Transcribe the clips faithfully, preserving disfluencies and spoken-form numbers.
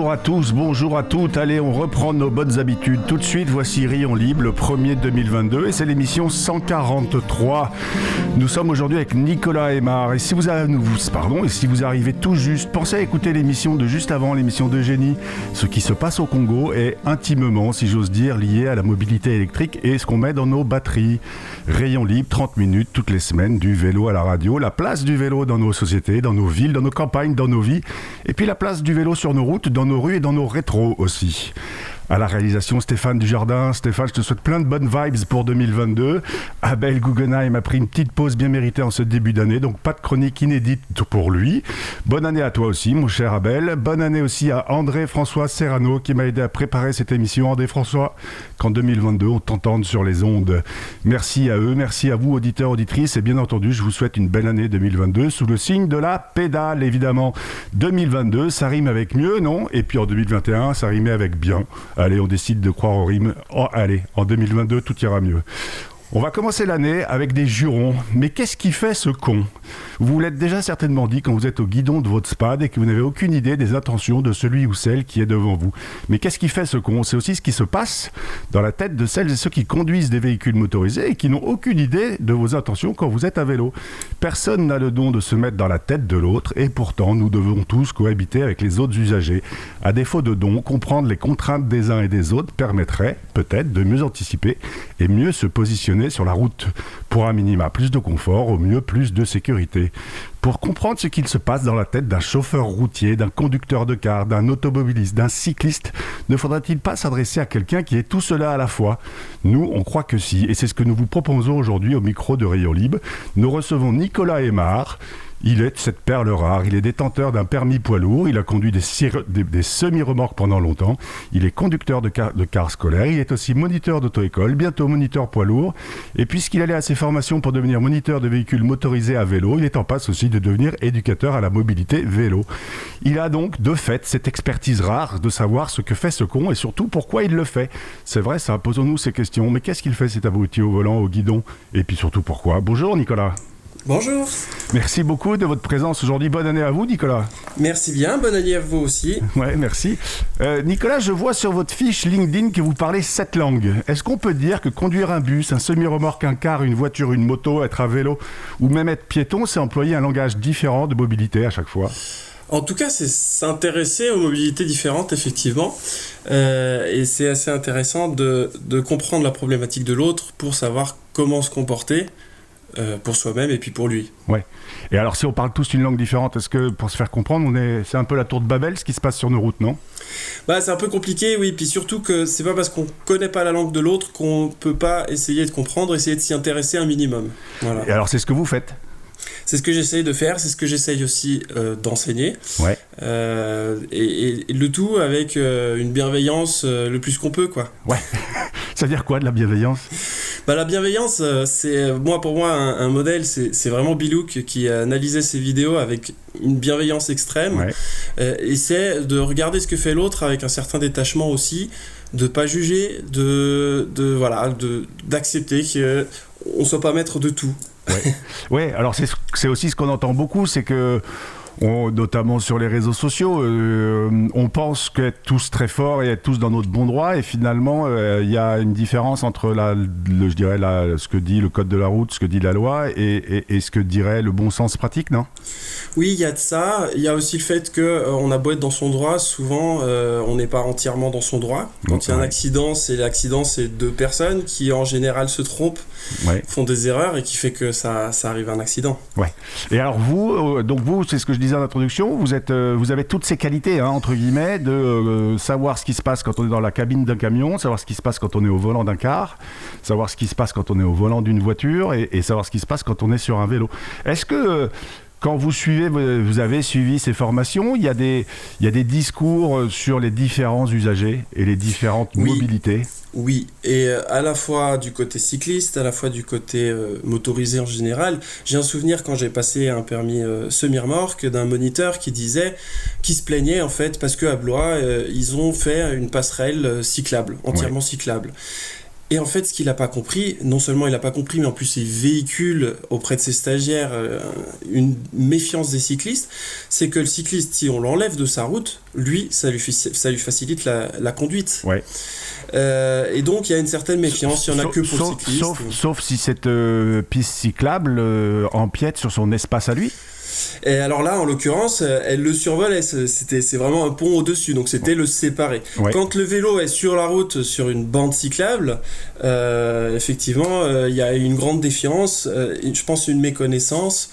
Bonjour à tous, bonjour à toutes. Allez, on reprend nos bonnes habitudes. Tout de suite, voici Rayon Libre, le premier deux mille vingt-deux, et c'est l'émission cent quarante-trois. Nous sommes aujourd'hui avec Nicolas Aymar. Et si vous, avez, pardon, et si vous arrivez tout juste, pensez à écouter l'émission de juste avant, l'émission d'Eugénie. Ce qui se passe au Congo est intimement, si j'ose dire, lié à la mobilité électrique et ce qu'on met dans nos batteries. Rayon Libre, trente minutes toutes les semaines, du vélo à la radio, la place du vélo dans nos sociétés, dans nos villes, dans nos campagnes, dans nos vies, et puis la place du vélo sur nos routes, dans nos rues et dans nos rétros aussi. À la réalisation, Stéphane Dujardin. Stéphane, je te souhaite plein de bonnes vibes pour deux mille vingt-deux. Abel Guggenheim a pris une petite pause bien méritée en ce début d'année, donc pas de chronique inédite pour lui. Bonne année à toi aussi, mon cher Abel. Bonne année aussi à André-François Serrano qui m'a aidé à préparer cette émission. André-François, qu'en deux mille vingt-deux, on t'entende sur les ondes. Merci à eux, merci à vous, auditeurs, auditrices, et bien entendu, je vous souhaite une belle année deux mille vingt-deux sous le signe de la pédale, évidemment. deux mille vingt-deux, ça rime avec mieux, non ? Et puis en deux mille vingt et un, ça rimait avec bien. Allez, on décide de croire aux rimes. Oh, allez, en deux mille vingt-deux, tout ira mieux. On va commencer l'année avec des jurons. Mais qu'est-ce qui fait ce con ? Vous vous l'êtes déjà certainement dit quand vous êtes au guidon de votre SPAD et que vous n'avez aucune idée des intentions de celui ou celle qui est devant vous. Mais qu'est-ce qui fait ce con ? C'est aussi ce qui se passe dans la tête de celles et ceux qui conduisent des véhicules motorisés et qui n'ont aucune idée de vos intentions quand vous êtes à vélo. Personne n'a le don de se mettre dans la tête de l'autre et pourtant nous devons tous cohabiter avec les autres usagers. À défaut de don, comprendre les contraintes des uns et des autres permettrait peut-être de mieux anticiper et mieux se positionner sur la route. Pour un minima, plus de confort, au mieux plus de sécurité. Pour comprendre ce qu'il se passe dans la tête d'un chauffeur routier, d'un conducteur de car, d'un automobiliste, d'un cycliste, ne faudrait-il pas s'adresser à quelqu'un qui est tout cela à la fois ? Nous, on croit que si, et c'est ce que nous vous proposons aujourd'hui au micro de Rayon Libre. Nous recevons Nicolas Aymar. Il est cette perle rare, il est détenteur d'un permis poids lourd, il a conduit des, cir- des, des semi-remorques pendant longtemps, il est conducteur de car, de car scolaire, il est aussi moniteur d'auto-école, bientôt moniteur poids lourd, et puisqu'il allait à ses formations pour devenir moniteur de véhicules motorisés à vélo, il est en passe aussi de devenir éducateur à la mobilité vélo. Il a donc de fait cette expertise rare de savoir ce que fait ce con et surtout pourquoi il le fait. C'est vrai, ça, posons-nous ces questions, mais qu'est-ce qu'il fait cet abruti au volant, au guidon ? Et puis surtout pourquoi ? Bonjour Nicolas. Bonjour. Merci beaucoup de votre présence aujourd'hui. Bonne année à vous, Nicolas. Merci bien, bonne année à vous aussi. Ouais, merci. Euh, Nicolas, je vois sur votre fiche LinkedIn que vous parlez sept langues. Est-ce qu'on peut dire que conduire un bus, un semi-remorque, un car, une voiture, une moto, être à vélo ou même être piéton, c'est employer un langage différent de mobilité à chaque fois ? En tout cas, c'est s'intéresser aux mobilités différentes, effectivement. Euh, et c'est assez intéressant de, de comprendre la problématique de l'autre pour savoir comment se comporter. Euh, pour soi-même et puis pour lui. Ouais. Et alors, si on parle tous une langue différente, est-ce que pour se faire comprendre, on est... c'est un peu la tour de Babel ce qui se passe sur nos routes, non ? Bah, c'est un peu compliqué, oui. Puis surtout que c'est pas parce qu'on connaît pas la langue de l'autre qu'on peut pas essayer de comprendre, essayer de s'y intéresser un minimum. Voilà. Et alors, c'est ce que vous faites ? C'est ce que j'essaye de faire, c'est ce que j'essaye aussi euh, d'enseigner. Ouais. Euh, et, et le tout avec euh, une bienveillance euh, le plus qu'on peut, quoi. Ouais. Ça veut dire quoi, de la bienveillance ? Bah, la bienveillance, euh, c'est moi pour moi un, un modèle, c'est, c'est vraiment Bilouk qui a analysé ses vidéos avec une bienveillance extrême. Ouais. Euh, et c'est de regarder ce que fait l'autre avec un certain détachement aussi, de pas juger, de, de voilà, de d'accepter qu'on soit pas maître de tout. Ouais. Ouais, alors c'est, c'est aussi ce qu'on entend beaucoup, c'est que on, notamment sur les réseaux sociaux, euh, on pense qu'être tous très forts et être tous dans notre bon droit, et finalement il euh, y a une différence entre la, le, je dirais la, ce que dit le code de la route, ce que dit la loi, et, et, et ce que dirait le bon sens pratique, non ? Oui, il y a de ça. Il y a aussi le fait qu'on euh, a beau être dans son droit, souvent euh, on n'est pas entièrement dans son droit. Quand il y a un accident, c'est l'accident, c'est deux personnes qui en général se trompent, ouais. font des erreurs et qui fait que ça, ça arrive à un accident. Ouais. Et alors vous, euh, donc vous, c'est ce que je disais en introduction, vous êtes, euh, vous avez toutes ces qualités, hein, entre guillemets, de euh, savoir ce qui se passe quand on est dans la cabine d'un camion, savoir ce qui se passe quand on est au volant d'un car, savoir ce qui se passe quand on est au volant d'une voiture et, et savoir ce qui se passe quand on est sur un vélo. Est-ce que euh, quand vous suivez, vous avez suivi ces formations, il y a des, il y a des discours sur les différents usagers et les différentes oui. mobilités ? Oui, et à la fois du côté cycliste, à la fois du côté euh, motorisé en général. J'ai un souvenir quand j'ai passé un permis euh, semi-remorque d'un moniteur qui disait, qui se plaignait en fait parce qu'à Blois, euh, ils ont fait une passerelle cyclable, entièrement ouais. cyclable. Et en fait, ce qu'il n'a pas compris, non seulement il n'a pas compris, mais en plus il véhicule auprès de ses stagiaires euh, une méfiance des cyclistes, c'est que le cycliste, si on l'enlève de sa route, lui, ça lui, ça lui facilite la, la conduite. Ouais. Euh, et donc il y a une certaine méfiance, il n'y en a sauf, que pour sauf, le cycliste. Sauf, sauf si cette euh, piste cyclable euh, empiète sur son espace à lui. Et alors là, en l'occurrence, elle le survole, elle, c'était, c'est vraiment un pont au-dessus, donc c'était le séparer. Ouais. Quand le vélo est sur la route, sur une bande cyclable, euh, effectivement, il euh, y a une grande défiance, euh, je pense une méconnaissance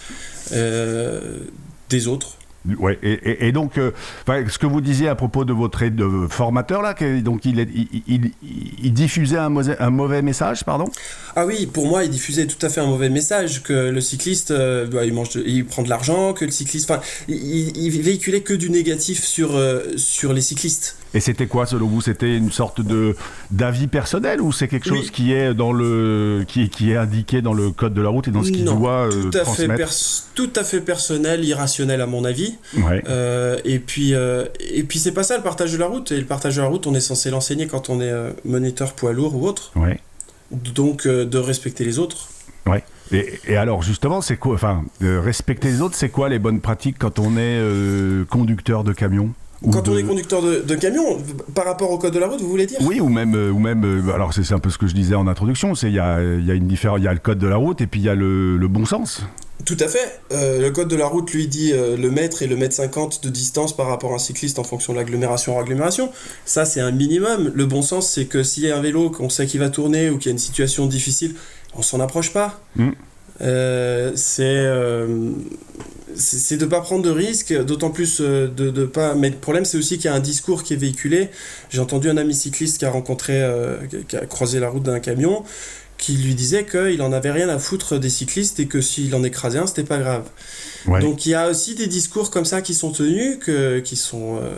euh, des autres. Ouais, et, et, et donc, euh, ce que vous disiez à propos de votre de formateur, là, que, donc il, est, il, il, il diffusait un, mauvais, un mauvais message, pardon ? Ah oui, pour moi, il diffusait tout à fait un mauvais message, que le cycliste, euh, bah, il, mange de, il prend de l'argent, que le cycliste... Enfin, il, il véhiculait que du négatif sur, euh, sur les cyclistes. Et c'était quoi, selon vous ? C'était une sorte de, d'avis personnel ou c'est quelque chose oui. qui, est dans le, qui, qui est indiqué dans le code de la route et dans ce qu'il non, doit euh, tout à transmettre fait pers- tout à fait personnel, irrationnel à mon avis. Ouais. Euh, et, puis, euh, et puis c'est pas ça le partage de la route. Et le partage de la route, on est censé l'enseigner quand on est euh, moniteur poids lourd ou autre. Ouais. Donc euh, de respecter les autres. Ouais. Et, et alors justement, c'est quoi, enfin, euh, respecter les autres, c'est quoi les bonnes pratiques quand on est euh, conducteur de camion ? Quand de... on est conducteur de, de camion, par rapport au code de la route, vous voulez dire ? Oui, ou même, ou même alors c'est, c'est un peu ce que je disais en introduction, c'est il y a, y a une différence, il y a le code de la route et puis il y a le, le bon sens. Tout à fait. Euh, le code de la route, lui, dit euh, le mètre et le mètre cinquante de distance par rapport à un cycliste en fonction de l'agglomération à agglomération. Ça, c'est un minimum. Le bon sens, c'est que s'il y a un vélo, qu'on sait qu'il va tourner ou qu'il y a une situation difficile, on s'en approche pas. Mmh. Euh, c'est... Euh... c'est de ne pas prendre de risques, d'autant plus de ne pas... Mais le problème, c'est aussi qu'il y a un discours qui est véhiculé. J'ai entendu un ami cycliste qui a rencontré, euh, qui a croisé la route d'un camion, qui lui disait qu'il en avait rien à foutre des cyclistes et que s'il en écrasait un, c'était pas grave. Ouais. Donc il y a aussi des discours comme ça qui sont tenus, que, qui, sont, euh,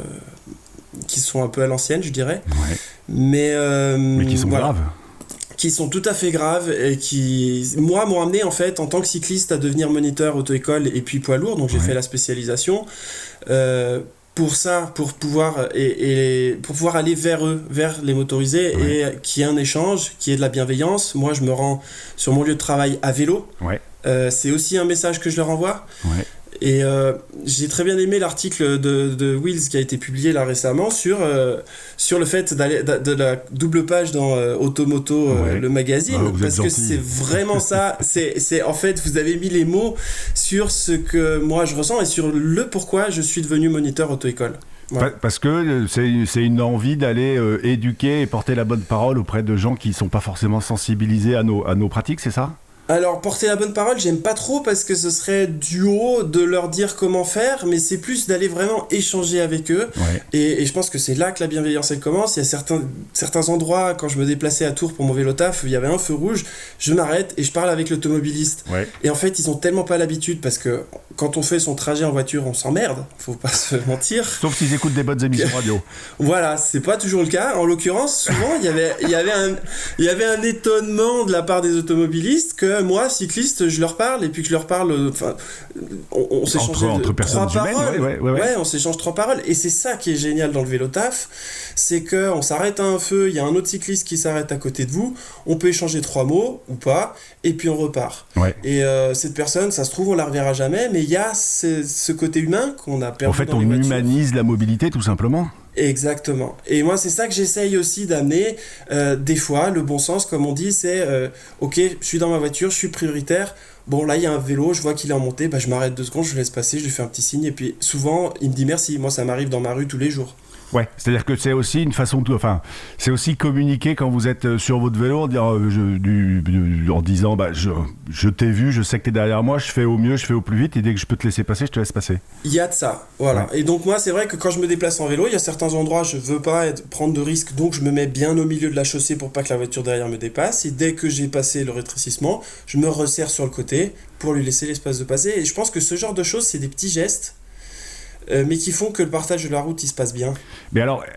qui sont un peu à l'ancienne, je dirais. Ouais. Mais, euh, Mais qui sont voilà. graves. Qui sont tout à fait graves et qui, moi, m'ont amené en fait en tant que cycliste à devenir moniteur auto-école et puis poids lourd, donc j'ai ouais. fait la spécialisation euh, pour ça, pour pouvoir et, et pour pouvoir aller vers eux, vers les motorisés ouais. et qu'il y ait un échange, qu'il y ait de la bienveillance. Moi, je me rends sur mon lieu de travail à vélo. Ouais. Euh, c'est aussi un message que je leur envoie. Ouais. Et euh, j'ai très bien aimé l'article de, de Wheels qui a été publié là récemment sur, euh, sur le fait d'aller de, de la double page dans euh, Automoto, euh, ouais. le magazine, ah, parce que gentil. C'est vraiment ça. c'est, c'est, en fait, vous avez mis les mots sur ce que moi je ressens et sur le pourquoi je suis devenu moniteur auto-école. Ouais. Parce que c'est, c'est une envie d'aller euh, éduquer et porter la bonne parole auprès de gens qui ne sont pas forcément sensibilisés à nos, à nos pratiques, c'est ça ? Alors, porter la bonne parole, j'aime pas trop parce que ce serait du haut de leur dire comment faire, mais c'est plus d'aller vraiment échanger avec eux. Ouais. Et, et je pense que c'est là que la bienveillance, elle commence. Il y a certains, certains endroits, quand je me déplaçais à Tours pour mon vélo taf, il y avait un feu rouge, je m'arrête et je parle avec l'automobiliste. Ouais. Et en fait, ils ont tellement pas l'habitude parce que quand on fait son trajet en voiture, on s'emmerde, faut pas se mentir. Sauf s'ils écoutent des bonnes émissions radio. Voilà, c'est pas toujours le cas. En l'occurrence, souvent, il y avait, il y avait un, il y avait un étonnement de la part des automobilistes que moi, cycliste, je leur parle et puis que je leur parle, enfin, on, on s'échange entre, entre trois humaines, paroles. Ouais, ouais, ouais. ouais, on s'échange trois paroles et c'est ça qui est génial dans le vélo taf, c'est que on s'arrête à un feu, il y a un autre cycliste qui s'arrête à côté de vous, on peut échanger trois mots ou pas et puis on repart. Ouais. Et euh, cette personne, ça se trouve, on la reverra jamais, mais il y a ce, ce côté humain qu'on a perdu. En fait, dans on les humanise la mobilité tout simplement. Exactement. Et moi, c'est ça que j'essaye aussi d'amener. Euh, des fois, le bon sens, comme on dit, c'est euh, ok, je suis dans ma voiture, je suis prioritaire. Bon, là, il y a un vélo, je vois qu'il est en montée, bah, je m'arrête deux secondes, je le laisse passer, je lui fais un petit signe. Et puis, souvent, il me dit merci. Moi, ça m'arrive dans ma rue tous les jours. Ouais, c'est-à-dire que c'est aussi une façon de... Enfin, c'est aussi communiquer quand vous êtes sur votre vélo, dire, euh, je, du, du, en disant, bah, je, je t'ai vu, je sais que t'es derrière moi, je fais au mieux, je fais au plus vite, et dès que je peux te laisser passer, je te laisse passer. Il y a de ça, voilà. Ouais. Et donc moi, c'est vrai que quand je me déplace en vélo, il y a certains endroits, je veux pas être, prendre de risques, donc je me mets bien au milieu de la chaussée pour pas que la voiture derrière me dépasse, et dès que j'ai passé le rétrécissement, je me resserre sur le côté pour lui laisser l'espace de passer. Et je pense que ce genre de choses, c'est des petits gestes, euh, mais qui font que le partage de la route, il se passe bien. Mais alors...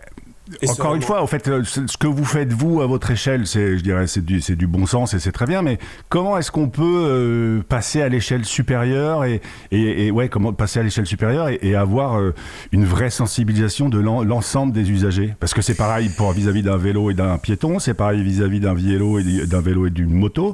Et encore sereinement. une fois, en fait, ce que vous faites vous à votre échelle, c'est, je dirais, c'est du, c'est du bon sens et c'est très bien. Mais comment est-ce qu'on peut euh, passer à l'échelle supérieure et, et, et ouais, comment passer à l'échelle supérieure et, et avoir euh, une vraie sensibilisation de l'en, l'ensemble des usagers? Parce que c'est pareil pour vis-à-vis d'un vélo et d'un piéton, c'est pareil vis-à-vis d'un vélo et d'un vélo et d'une moto.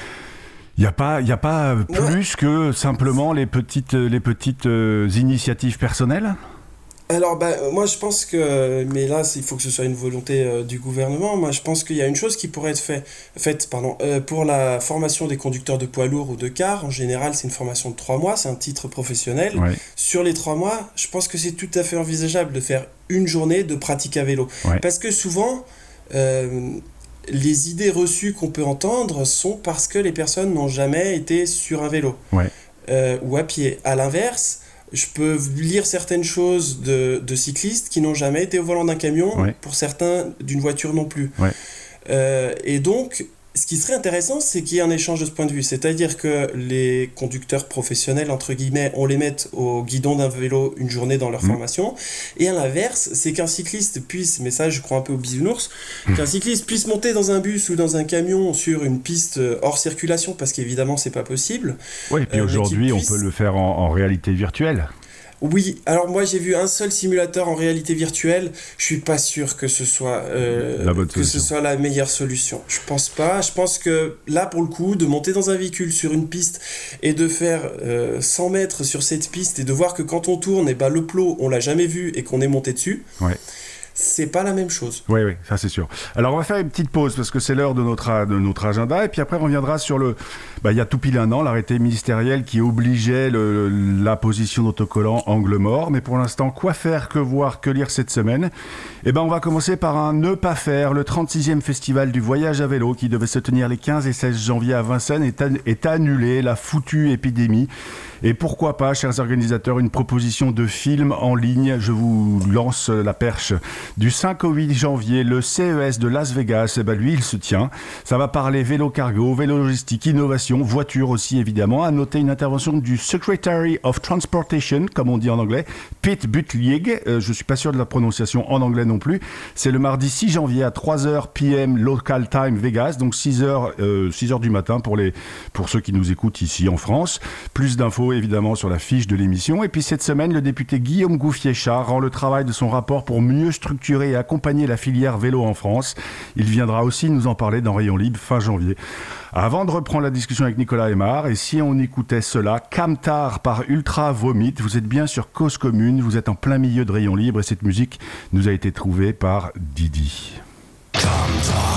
Il n'y a pas, il y a pas plus que simplement les petites, les petites euh, initiatives personnelles? Alors, bah, moi, je pense que, mais là, il faut que ce soit une volonté euh, du gouvernement. Moi, je pense qu'il y a une chose qui pourrait être fait, faite pardon, euh, pour la formation des conducteurs de poids lourds ou de cars. En général, c'est une formation de trois mois, c'est un titre professionnel. Ouais. Sur les trois mois, je pense que c'est tout à fait envisageable de faire une journée de pratique à vélo. Ouais. Parce que souvent, euh, les idées reçues qu'on peut entendre sont parce que les personnes n'ont jamais été sur un vélo Ouais. euh, ou à pied. À l'inverse, je peux lire certaines choses de, de cyclistes qui n'ont jamais été au volant d'un camion, Ouais. pour certains d'une voiture non plus. Ouais. Euh, et donc, ce qui serait intéressant, c'est qu'il y ait un échange de ce point de vue. C'est-à-dire que les conducteurs professionnels, entre guillemets, on les mette au guidon d'un vélo une journée dans leur mmh. formation. Et à l'inverse, c'est qu'un cycliste puisse, mais ça je crois un peu au bisounours, mmh. qu'un cycliste puisse monter dans un bus ou dans un camion sur une piste hors circulation, parce qu'évidemment c'est pas possible. Oui, et puis euh, aujourd'hui puisse... on peut le faire en, en réalité virtuelle. Oui, alors moi j'ai vu un seul simulateur en réalité virtuelle, je suis pas sûr que ce soit euh, la bonne que solution. Ce soit la meilleure solution. Je pense pas, je pense que là pour le coup, de monter dans un véhicule sur une piste et de faire euh, cent mètres sur cette piste et de voir que quand on tourne, et ben, le plot on l'a jamais vu et qu'on est monté dessus. Ouais. C'est pas la même chose. Oui, oui, ça c'est sûr. Alors on va faire une petite pause parce que c'est l'heure de notre, de notre agenda et puis après on reviendra sur le... Bah, il y a tout pile un an, l'arrêté ministériel qui obligeait le, la position d'autocollant angle mort. Mais pour l'instant, quoi faire, que voir, que lire cette semaine? Eh ben, on va commencer par un ne pas faire. Le trente-sixième festival du voyage à vélo qui devait se tenir les quinze et seize janvier à Vincennes est, an- est annulé, la foutue épidémie. Et pourquoi pas, chers organisateurs, une proposition de film en ligne. Je vous lance la perche. Du cinq au huit janvier, le C E S de Las Vegas, eh ben lui, il se tient. Ça va parler vélo cargo, vélo logistique, innovation, voiture aussi évidemment. À noter une intervention du Secretary of Transportation, comme on dit en anglais, Pete Buttigieg. Euh, je suis pas sûr de la prononciation en anglais non plus. C'est le mardi six janvier à trois heures P M local time Vegas, donc six heures, euh, six heures du matin pour, les, pour ceux qui nous écoutent ici en France. Plus d'infos évidemment sur la fiche de l'émission. Et puis cette semaine, le député Guillaume Gouffier-Char rend le travail de son rapport pour mieux structurer et accompagner la filière vélo en France. Il viendra aussi nous en parler dans Rayon Libre fin janvier. Avant de reprendre la discussion avec Nicolas Aymar, et si on écoutait cela, Camtar par Ultra Vomit, vous êtes bien sur Cause Commune, vous êtes en plein milieu de Rayon Libre et cette musique nous a été trouvée par Didi. Camtar.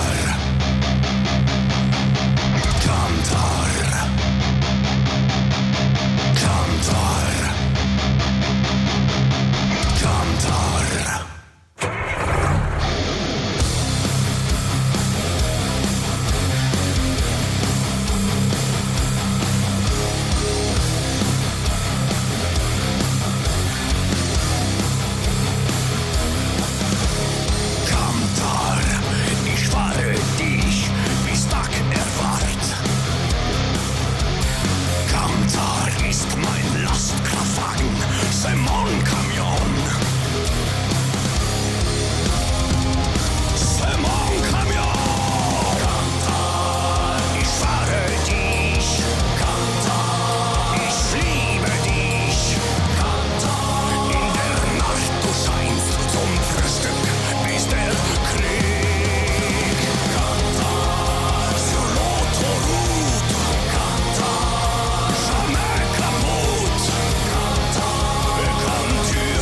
Come to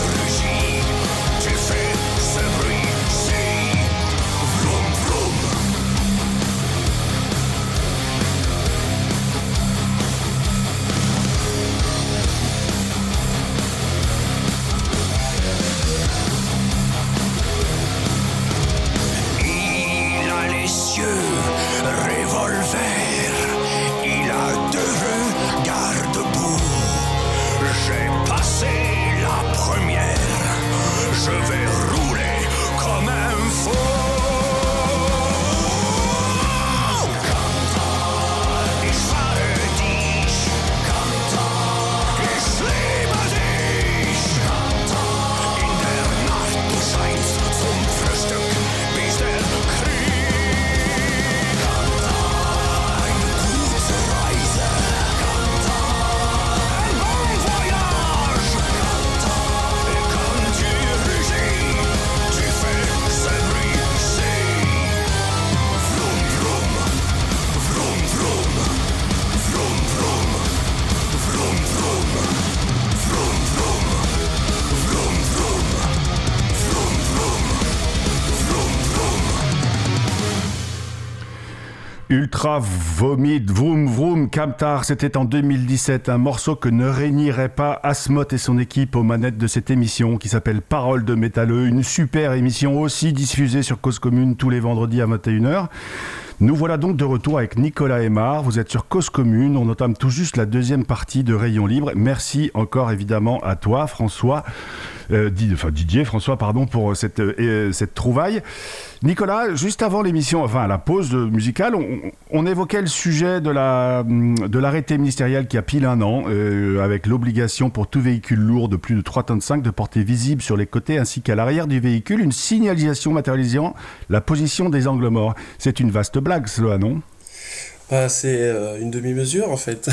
Ultra Vomit, Vroom Vroom, Camtar, c'était en deux mille dix-sept, un morceau que ne réunirait pas Asmot et son équipe aux manettes de cette émission qui s'appelle Paroles de métalleux, une super émission aussi diffusée sur Cause Commune tous les vendredis à vingt et une heures. Nous voilà donc de retour avec Nicolas Aymard, vous êtes sur Cause Commune, on entame tout juste la deuxième partie de Rayon Libre. Merci encore évidemment à toi François, euh, Didier, enfin Didier, François pardon pour cette, euh, cette trouvaille. Nicolas, juste avant l'émission, enfin la pause musicale, on, on évoquait le sujet de, la, de l'arrêté ministériel qui a pile un an, euh, avec l'obligation pour tout véhicule lourd de plus de trois tonnes cinq de porter visible sur les côtés ainsi qu'à l'arrière du véhicule une signalisation matérialisant la position des angles morts. C'est une vaste blague, cela, non ? Bah, c'est euh, une demi-mesure en fait.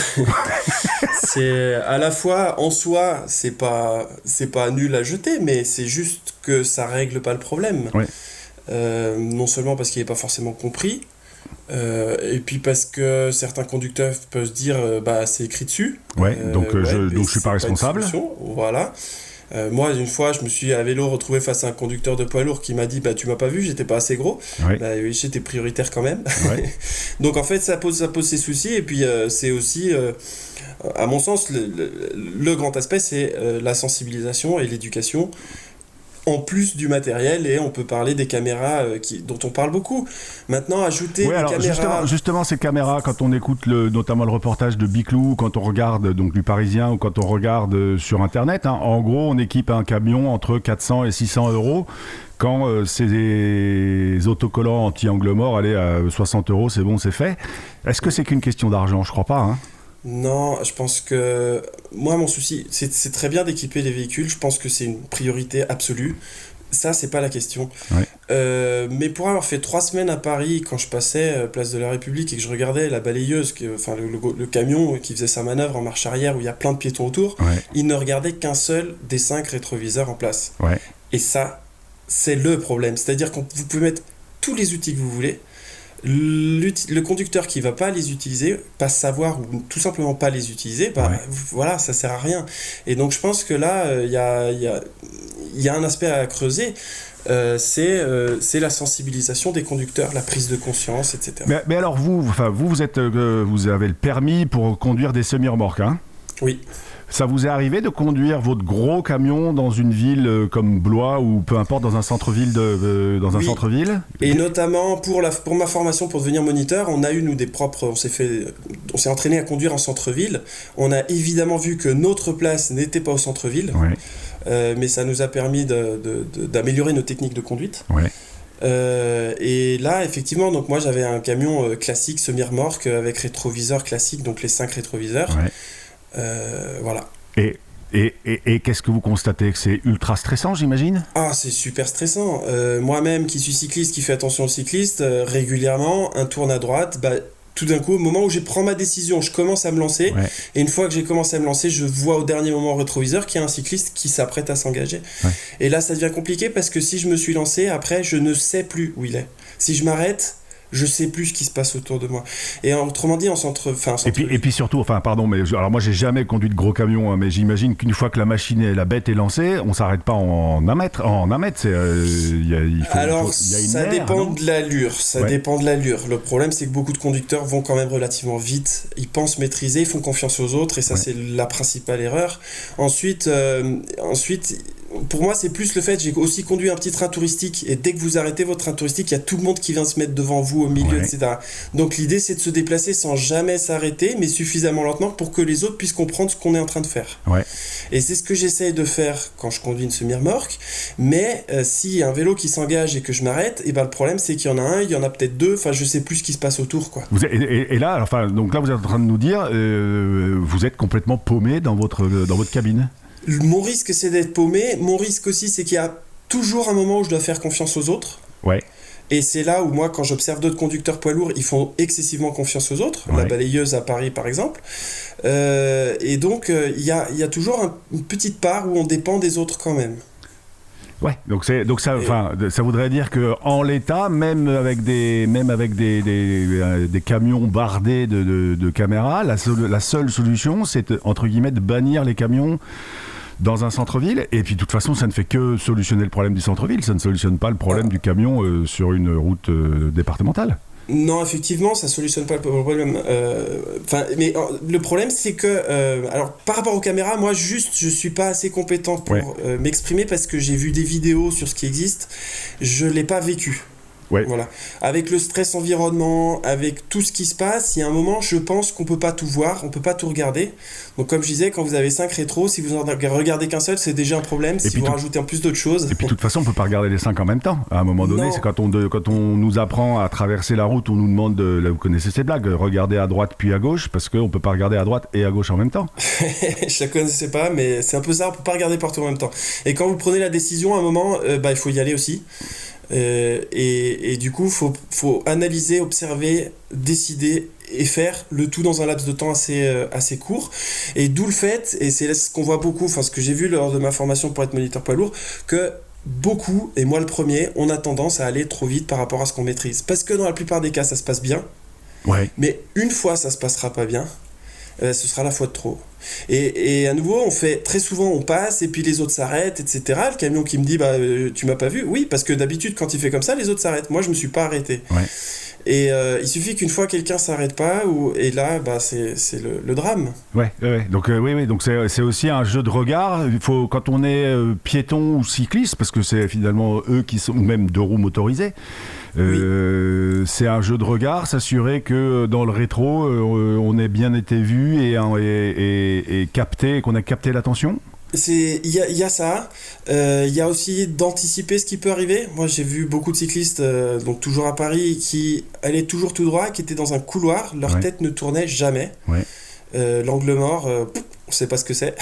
C'est à la fois en soi, c'est pas c'est pas nul à jeter, mais c'est juste que ça règle pas le problème. Ouais. Euh, non seulement parce qu'il n'est pas forcément compris, euh, et puis parce que certains conducteurs peuvent se dire euh, bah c'est écrit dessus. Ouais. Euh, donc euh, ouais, je donc je suis pas pas responsable. Voilà. Euh, moi, une fois, je me suis à vélo retrouvé face à un conducteur de poids lourd qui m'a dit bah, tu m'as pas vu, j'étais pas assez gros. Ouais. Bah, oui, j'étais prioritaire quand même. Ouais. Donc, en fait, ça pose, ça pose ses soucis. Et puis, euh, c'est aussi, euh, à mon sens, le, le, le grand aspect, c'est euh, la sensibilisation et l'éducation. En plus du matériel, et on peut parler des caméras euh, qui, dont on parle beaucoup. Maintenant, ajouter oui, des alors, caméras... Justement, justement, ces caméras, quand on écoute le, notamment le reportage de Biclou, quand on regarde donc, du Parisien ou quand on regarde euh, sur Internet, hein, en gros, on équipe un camion entre quatre cents et six cents euros. Quand euh, c'est des autocollants anti-angle mort, allez, à soixante euros, c'est bon, c'est fait. Est-ce que c'est qu'une question d'argent ? Je crois pas, hein. Non, je pense que... Moi, mon souci, c'est, c'est très bien d'équiper les véhicules. Je pense que c'est une priorité absolue. Ça, c'est pas la question. Ouais. Euh, mais pour avoir fait trois semaines à Paris, quand je passais euh, place de la République et que je regardais la balayeuse, que, enfin le, le, le camion qui faisait sa manœuvre en marche arrière où il y a plein de piétons autour, ouais. Il ne regardait qu'un seul des cinq rétroviseurs en place. Ouais. Et ça, c'est le problème. C'est-à-dire que vous pouvez mettre tous les outils que vous voulez. Le conducteur qui va pas les utiliser, pas savoir ou tout simplement pas les utiliser, bah, ouais. Voilà, ça sert à rien. Et donc je pense que là, il euh, y, a, y, a, y a un aspect à creuser. Euh, c'est, euh, c'est la sensibilisation des conducteurs, la prise de conscience, et cetera. Mais, mais alors vous, enfin vous, vous êtes, euh, vous avez le permis pour conduire des semi-remorques, hein ? Oui. Ça vous est arrivé de conduire votre gros camion dans une ville euh, comme Blois ou peu importe dans un centre-ville de, euh, dans un oui. centre-ville ? Et notamment pour la pour ma formation pour devenir moniteur, on a eu nous des propres, on s'est fait, on s'est entraîné à conduire en centre-ville. On a évidemment vu que notre place n'était pas au centre-ville, ouais. euh, mais ça nous a permis de, de, de, d'améliorer nos techniques de conduite. Ouais. Euh, et là effectivement, donc moi j'avais un camion euh, classique semi-remorque avec rétroviseur classique, donc les cinq rétroviseurs. Ouais. Euh, voilà. Et, et, et, et qu'est-ce que vous constatez ? Que c'est ultra stressant, j'imagine ? Ah, c'est super stressant. Euh, moi-même, qui suis cycliste, qui fait attention aux cyclistes, euh, régulièrement, un tourne à droite, bah, tout d'un coup, au moment où je prends ma décision, je commence à me lancer. Ouais. Et une fois que j'ai commencé à me lancer, je vois au dernier moment au rétroviseur qu'il y a un cycliste qui s'apprête à s'engager. Ouais. Et là, ça devient compliqué parce que si je me suis lancé, après, je ne sais plus où il est. Si je m'arrête... je sais plus ce qui se passe autour de moi. Et autrement dit, en centre... Enfin, en centre... Et, puis, et puis surtout, enfin, pardon, mais alors moi, j'ai jamais conduit de gros camion, hein, mais j'imagine qu'une fois que la machine et la bête est lancée, on s'arrête pas en un mètre. En un mètre, c'est, euh, y a, il faut, alors, il faut, y a une ça aire, dépend non de l'allure. Ça ouais. dépend de l'allure. Le problème, c'est que beaucoup de conducteurs vont quand même relativement vite. Ils pensent maîtriser, ils font confiance aux autres, et ça, ouais. c'est la principale erreur. Ensuite, euh, ensuite... pour moi, c'est plus le fait, j'ai aussi conduit un petit train touristique, et dès que vous arrêtez votre train touristique, il y a tout le monde qui vient se mettre devant vous au milieu, ouais. et cetera. Donc l'idée, c'est de se déplacer sans jamais s'arrêter, mais suffisamment lentement pour que les autres puissent comprendre ce qu'on est en train de faire. Ouais. Et c'est ce que j'essaye de faire quand je conduis une semi-remorque, mais euh, s'il y a un vélo qui s'engage et que je m'arrête, et ben, le problème, c'est qu'il y en a un, il y en a peut-être deux, enfin, je sais plus ce qui se passe autour, quoi. Vous êtes, et, et là, enfin, donc là, vous êtes en train de nous dire, euh, vous êtes complètement paumé dans votre, dans votre cabine ? Mon risque, c'est d'être paumé. Mon risque aussi, c'est qu'il y a toujours un moment où je dois faire confiance aux autres. Ouais. Et c'est là où moi, quand j'observe d'autres conducteurs poids lourds, ils font excessivement confiance aux autres. Ouais. La balayeuse à Paris, par exemple. Euh, et donc, il euh, y, a, y a toujours un, une petite part où on dépend des autres quand même. Ouais, donc c'est donc ça, enfin, et... ça voudrait dire que en l'état, même avec des, même avec des des, euh, des camions bardés de, de, de caméras, la, sol, la seule solution, c'est entre guillemets de bannir les camions dans un centre-ville. Et puis de toute façon, ça ne fait que solutionner le problème du centre-ville. Ça ne solutionne pas le problème ah. du camion euh, sur une route euh, départementale. Non, effectivement, ça solutionne pas le problème. Euh, enfin, mais euh, le problème, c'est que, euh, alors, par rapport aux caméras, moi, juste, je suis pas assez compétent pour ouais. euh, m'exprimer parce que j'ai vu des vidéos sur ce qui existe. Je l'ai pas vécu. Ouais. Voilà. Avec le stress environnement, avec tout ce qui se passe, il y a un moment, je pense qu'on peut pas tout voir, on peut pas tout regarder. Donc, comme je disais, quand vous avez cinq rétros, si vous en regardez qu'un seul, c'est déjà un problème. Et si vous tout... rajoutez en plus d'autres choses. Et puis, de toute façon, on peut pas regarder les cinq en même temps. À un moment donné, non. c'est quand on, de, quand on nous apprend à traverser la route, on nous demande, de, là, vous connaissez ces blagues, regardez à droite puis à gauche, parce qu'on peut pas regarder à droite et à gauche en même temps. Je la connaissais pas, mais c'est un peu ça, on peut pas regarder partout en même temps. Et quand vous prenez la décision, à un moment, euh, bah, il faut y aller aussi. Euh, et, et du coup, il faut, faut analyser, observer, décider et faire le tout dans un laps de temps assez, euh, assez court. Et d'où le fait, et c'est ce qu'on voit beaucoup, enfin ce que j'ai vu lors de ma formation pour être moniteur poids lourd, que beaucoup, et moi le premier, on a tendance à aller trop vite par rapport à ce qu'on maîtrise. Parce que dans la plupart des cas, ça se passe bien. Ouais. Mais une fois, ça se passera pas bien. Euh, ce sera la fois de trop. Et, et à nouveau, on fait très souvent, on passe et puis les autres s'arrêtent, et cetera. Le camion qui me dit, bah, euh, tu m'as pas vu. Oui, parce que d'habitude, quand il fait comme ça, les autres s'arrêtent. Moi, je me suis pas arrêté. Ouais. Et euh, il suffit qu'une fois quelqu'un s'arrête pas, ou, et là, bah, c'est, c'est le, le drame. Ouais, ouais. Donc, euh, oui, oui. Donc c'est, c'est aussi un jeu de regard. Il faut, quand on est euh, piéton ou cycliste, parce que c'est finalement eux qui sont, ou même deux roues motorisées, Euh, oui. C'est un jeu de regard, s'assurer que dans le rétro, euh, on ait bien été vu et, et, et, et capté, qu'on a capté l'attention. Il y a, y a ça. Il euh, y a aussi d'anticiper ce qui peut arriver. Moi, j'ai vu beaucoup de cyclistes, euh, donc toujours à Paris, qui allaient toujours tout droit, qui étaient dans un couloir, leur ouais. tête ne tournait jamais. Ouais. Euh, l'angle mort, euh, on ne sait pas ce que c'est.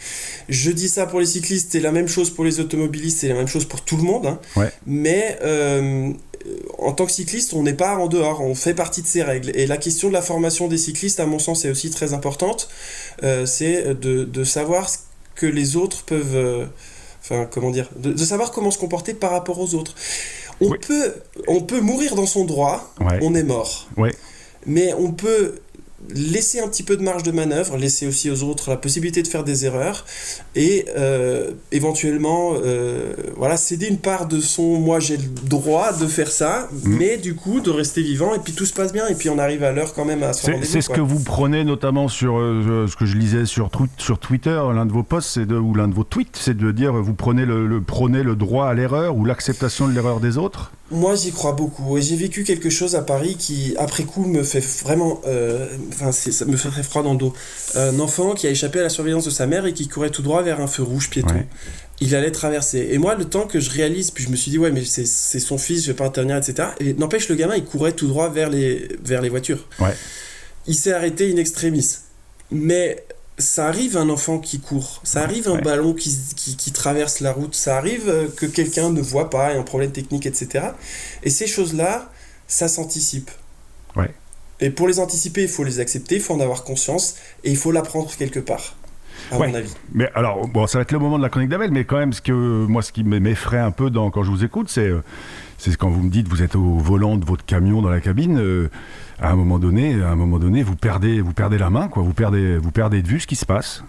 Je dis ça pour les cyclistes, c'est la même chose pour les automobilistes, c'est la même chose pour tout le monde. Hein. Ouais. Mais euh, en tant que cycliste, on n'est pas en dehors, on fait partie de ces règles. Et la question de la formation des cyclistes, à mon sens, est aussi très importante. Euh, c'est de, de savoir ce que les autres peuvent... Euh, enfin, comment dire, de, de savoir comment se comporter par rapport aux autres. On, oui. peut, on peut mourir dans son droit, ouais. on est mort. Ouais. Mais on peut laisser un petit peu de marge de manœuvre, laisser aussi aux autres la possibilité de faire des erreurs et euh, éventuellement euh, voilà, céder une part de son moi j'ai le droit de faire ça, mmh. mais du coup de rester vivant et puis tout se passe bien et puis on arrive à l'heure quand même à se c'est, c'est ce quoi. Que vous prenez notamment sur euh, ce que je lisais sur, sur Twitter, l'un de vos posts c'est de, ou l'un de vos tweets, c'est de dire vous prenez le, le, prenez le droit à l'erreur ou l'acceptation de l'erreur des autres. Moi, j'y crois beaucoup. Et j'ai vécu quelque chose à Paris qui, après coup, me fait vraiment... Euh, enfin, c'est, ça me fait très froid dans le dos. Un enfant qui a échappé à la surveillance de sa mère et qui courait tout droit vers un feu rouge piéton. Ouais. Il allait traverser. Et moi, le temps que je réalise, puis je me suis dit, ouais, mais c'est, c'est son fils, je vais pas intervenir, et cetera. Et n'empêche, le gamin, il courait tout droit vers les, vers les voitures. Ouais. Il s'est arrêté in extremis. Mais... ça arrive un enfant qui court, ça arrive un ouais. ballon qui, qui, qui traverse la route, ça arrive que quelqu'un ne voit pas, il y a un problème technique, et cetera. Et ces choses-là, ça s'anticipe. Ouais. Et pour les anticiper, il faut les accepter, il faut en avoir conscience, et il faut l'apprendre quelque part, à ouais. mon avis. Mais alors, bon, ça va être le moment de la chronique d'Abel, mais quand même, ce que, moi, ce qui m'effraie un peu dans, quand je vous écoute, c'est, c'est quand vous me dites, vous êtes au volant de votre camion dans la cabine, euh, à un moment donné, à un moment donné, vous perdez, vous perdez la main, quoi. Vous perdez, vous perdez de vue ce qui se passe.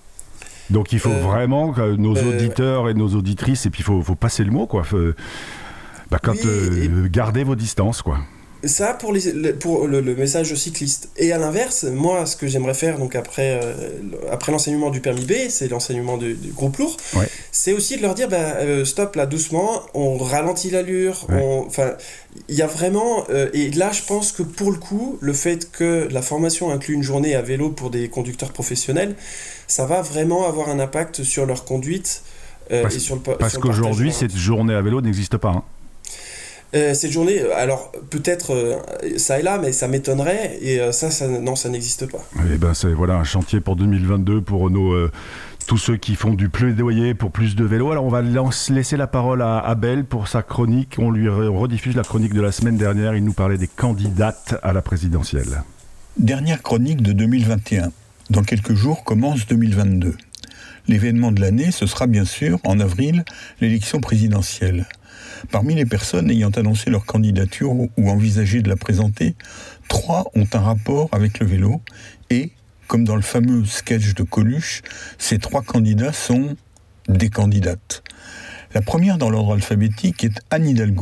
Donc il faut euh, vraiment que nos euh, auditeurs et nos auditrices, et puis il faut, faut passer le mot, quoi. Faut, bah, quand oui, euh, et... gardez vos distances, quoi. Ça pour, les, pour le, le message aux cyclistes. Et à l'inverse, moi, ce que j'aimerais faire donc après, euh, après l'enseignement du permis B, c'est l'enseignement du, du groupe lourd, ouais. c'est aussi de leur dire bah, euh, stop là, doucement, on ralentit l'allure. Enfin, ouais. il y a vraiment. Euh, et là, je pense que pour le coup, le fait que la formation inclut une journée à vélo pour des conducteurs professionnels, ça va vraiment avoir un impact sur leur conduite. Euh, parce et sur le, parce sur qu'aujourd'hui, cette journée à vélo n'existe pas. Hein. Euh, cette journée, alors peut-être euh, ça et là, mais ça m'étonnerait, et euh, ça, ça, non, ça n'existe pas. Et ben c'est voilà un chantier pour deux mille vingt-deux pour nos, euh, tous ceux qui font du plaidoyer pour plus de vélos. Alors on va laisser la parole à Abel pour sa chronique. On lui rediffuse la chronique de la semaine dernière. Il nous parlait des candidates à la présidentielle. Dernière chronique de deux mille vingt et un. Dans quelques jours commence deux mille vingt-deux. L'événement de l'année, ce sera bien sûr, en avril, l'élection présidentielle. Parmi les personnes ayant annoncé leur candidature ou envisagé de la présenter, trois ont un rapport avec le vélo et, comme dans le fameux sketch de Coluche, ces trois candidats sont des candidates. La première dans l'ordre alphabétique est Anne Hidalgo.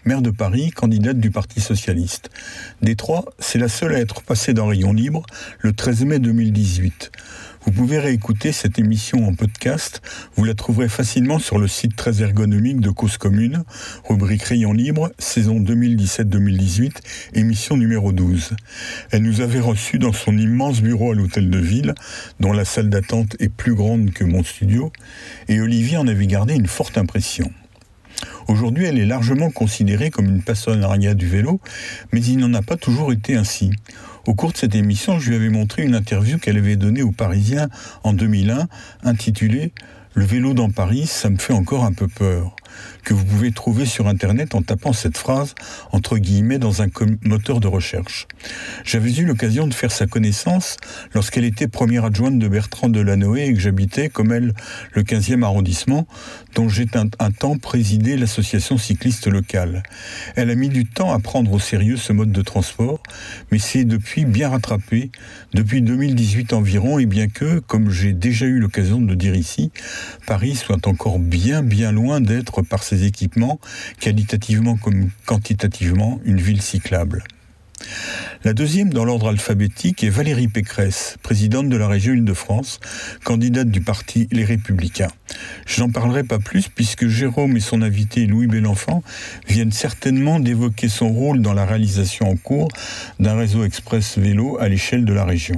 maire de Paris, candidate du Parti socialiste. Des trois, c'est la seule à être passée dans Rayon Libre le treize mai deux mille dix-huit. Vous pouvez réécouter cette émission en podcast. Vous la trouverez facilement sur le site très ergonomique de Cause Commune, rubrique Rayon Libre, saison deux mille dix-sept deux mille dix-huit, émission numéro douze. Elle nous avait reçus dans son immense bureau à l'Hôtel de Ville, dont la salle d'attente est plus grande que mon studio, et Olivier en avait gardé une forte impression. Aujourd'hui, elle est largement considérée comme une passionnariat du vélo, mais il n'en a pas toujours été ainsi. Au cours de cette émission, je lui avais montré une interview qu'elle avait donnée aux Parisiens en deux mille un, intitulée « Le vélo dans Paris, ça me fait encore un peu peur », que vous pouvez trouver sur Internet en tapant cette phrase entre guillemets dans un moteur de recherche. J'avais eu l'occasion de faire sa connaissance lorsqu'elle était première adjointe de Bertrand Delanoë et que j'habitais, comme elle, le quinzième arrondissement, dont j'ai un, un temps présidé l'association cycliste locale. Elle a mis du temps à prendre au sérieux ce mode de transport, mais c'est depuis bien rattrapé, depuis deux mille dix-huit environ, et bien que, comme j'ai déjà eu l'occasion de le dire ici, Paris soit encore bien bien loin d'être par ses équipements, qualitativement comme quantitativement, une ville cyclable. La deuxième dans l'ordre alphabétique est Valérie Pécresse, présidente de la région Île-de-France, candidate du parti Les Républicains. Je n'en parlerai pas plus puisque Jérôme et son invité Louis Bélenfant viennent certainement d'évoquer son rôle dans la réalisation en cours d'un réseau express vélo à l'échelle de la région.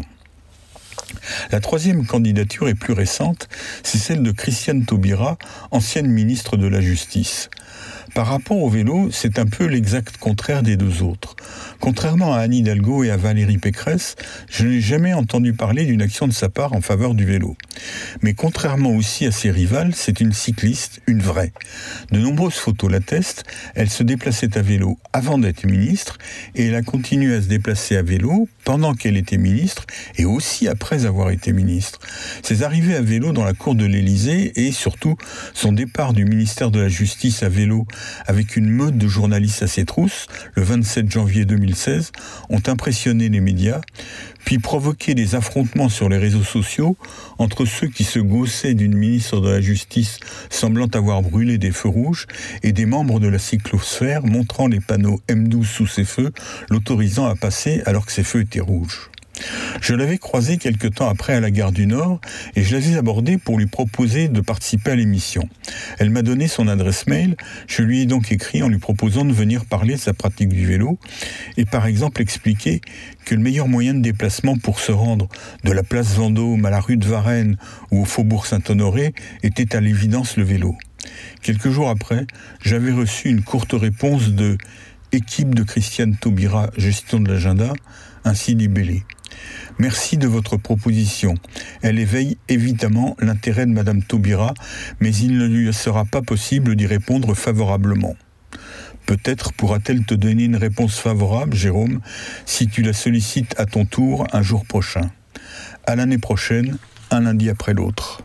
La troisième candidature est plus récente, c'est celle de Christiane Taubira, ancienne ministre de la Justice. Par rapport au vélo, c'est un peu l'exact contraire des deux autres. Contrairement à Anne Hidalgo et à Valérie Pécresse, je n'ai jamais entendu parler d'une action de sa part en faveur du vélo. Mais contrairement aussi à ses rivales, c'est une cycliste, une vraie. De nombreuses photos l'attestent, elle se déplaçait à vélo avant d'être ministre et elle a continué à se déplacer à vélo pendant qu'elle était ministre et aussi après avoir été ministre. Ses arrivées à vélo dans la cour de l'Élysée et surtout son départ du ministère de la Justice à vélo avec une meute de journalistes à ses trousses, le vingt-sept janvier deux mille seize, ont impressionné les médias, puis provoqué des affrontements sur les réseaux sociaux entre ceux qui se gaussaient d'une ministre de la Justice semblant avoir brûlé des feux rouges et des membres de la cyclosphère montrant les panneaux M douze sous ses feux, l'autorisant à passer alors que ses feux étaient rouges. Je l'avais croisée quelque temps après à la gare du Nord et je l'avais abordée pour lui proposer de participer à l'émission. Elle m'a donné son adresse mail, je lui ai donc écrit en lui proposant de venir parler de sa pratique du vélo et par exemple expliquer que le meilleur moyen de déplacement pour se rendre de la place Vendôme à la rue de Varennes ou au faubourg Saint-Honoré était à l'évidence le vélo. Quelques jours après, j'avais reçu une courte réponse de « Équipe de Christiane Taubira, gestion de l'agenda », ainsi libellée. Merci de votre proposition. Elle éveille évidemment l'intérêt de Madame Taubira, mais il ne lui sera pas possible d'y répondre favorablement. Peut-être pourra-t-elle te donner une réponse favorable, Jérôme, si tu la sollicites à ton tour un jour prochain. À l'année prochaine, un lundi après l'autre.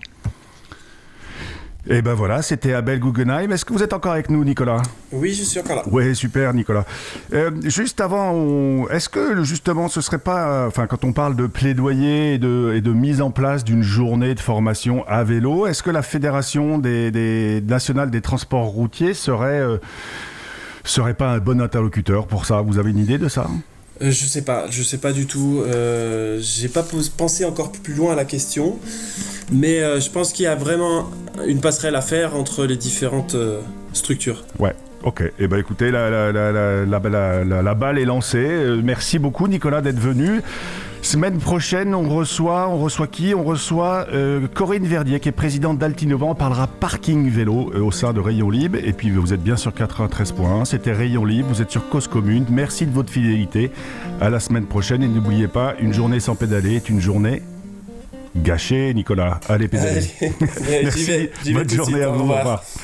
Et ben voilà, c'était Abel Guggenheim. Est-ce que vous êtes encore avec nous, Nicolas ? Oui, je suis encore là. Oui, super, Nicolas. Euh, juste avant, on... est-ce que justement, ce serait pas, enfin, quand on parle de plaidoyer et de, et de mise en place d'une journée de formation à vélo, est-ce que la Fédération des, des nationale des transports routiers serait, euh, serait pas un bon interlocuteur pour ça ? Vous avez une idée de ça ? Euh, je sais pas, je sais pas du tout. Euh, j'ai pas pensé encore plus loin à la question, mais euh, je pense qu'il y a vraiment une passerelle à faire entre les différentes euh, structures. Ouais. Ok, eh ben écoutez, la, la, la, la, la, la, la balle est lancée. Euh, merci beaucoup, Nicolas, d'être venu. Semaine prochaine, on reçoit, on reçoit qui ? On reçoit euh, Corinne Verdier, qui est présidente d'Altinova. On parlera parking vélo euh, au sein de Rayon Libre. Et puis, vous êtes bien sur quatre-vingt-treize point un. C'était Rayon Libre. Vous êtes sur Cause Commune. Merci de votre fidélité. À la semaine prochaine. Et n'oubliez pas, une journée sans pédaler est une journée gâchée, Nicolas. Allez, pédaler. Allez, Merci. j'y vais, j'y vais Bonne journée à vous. Au revoir.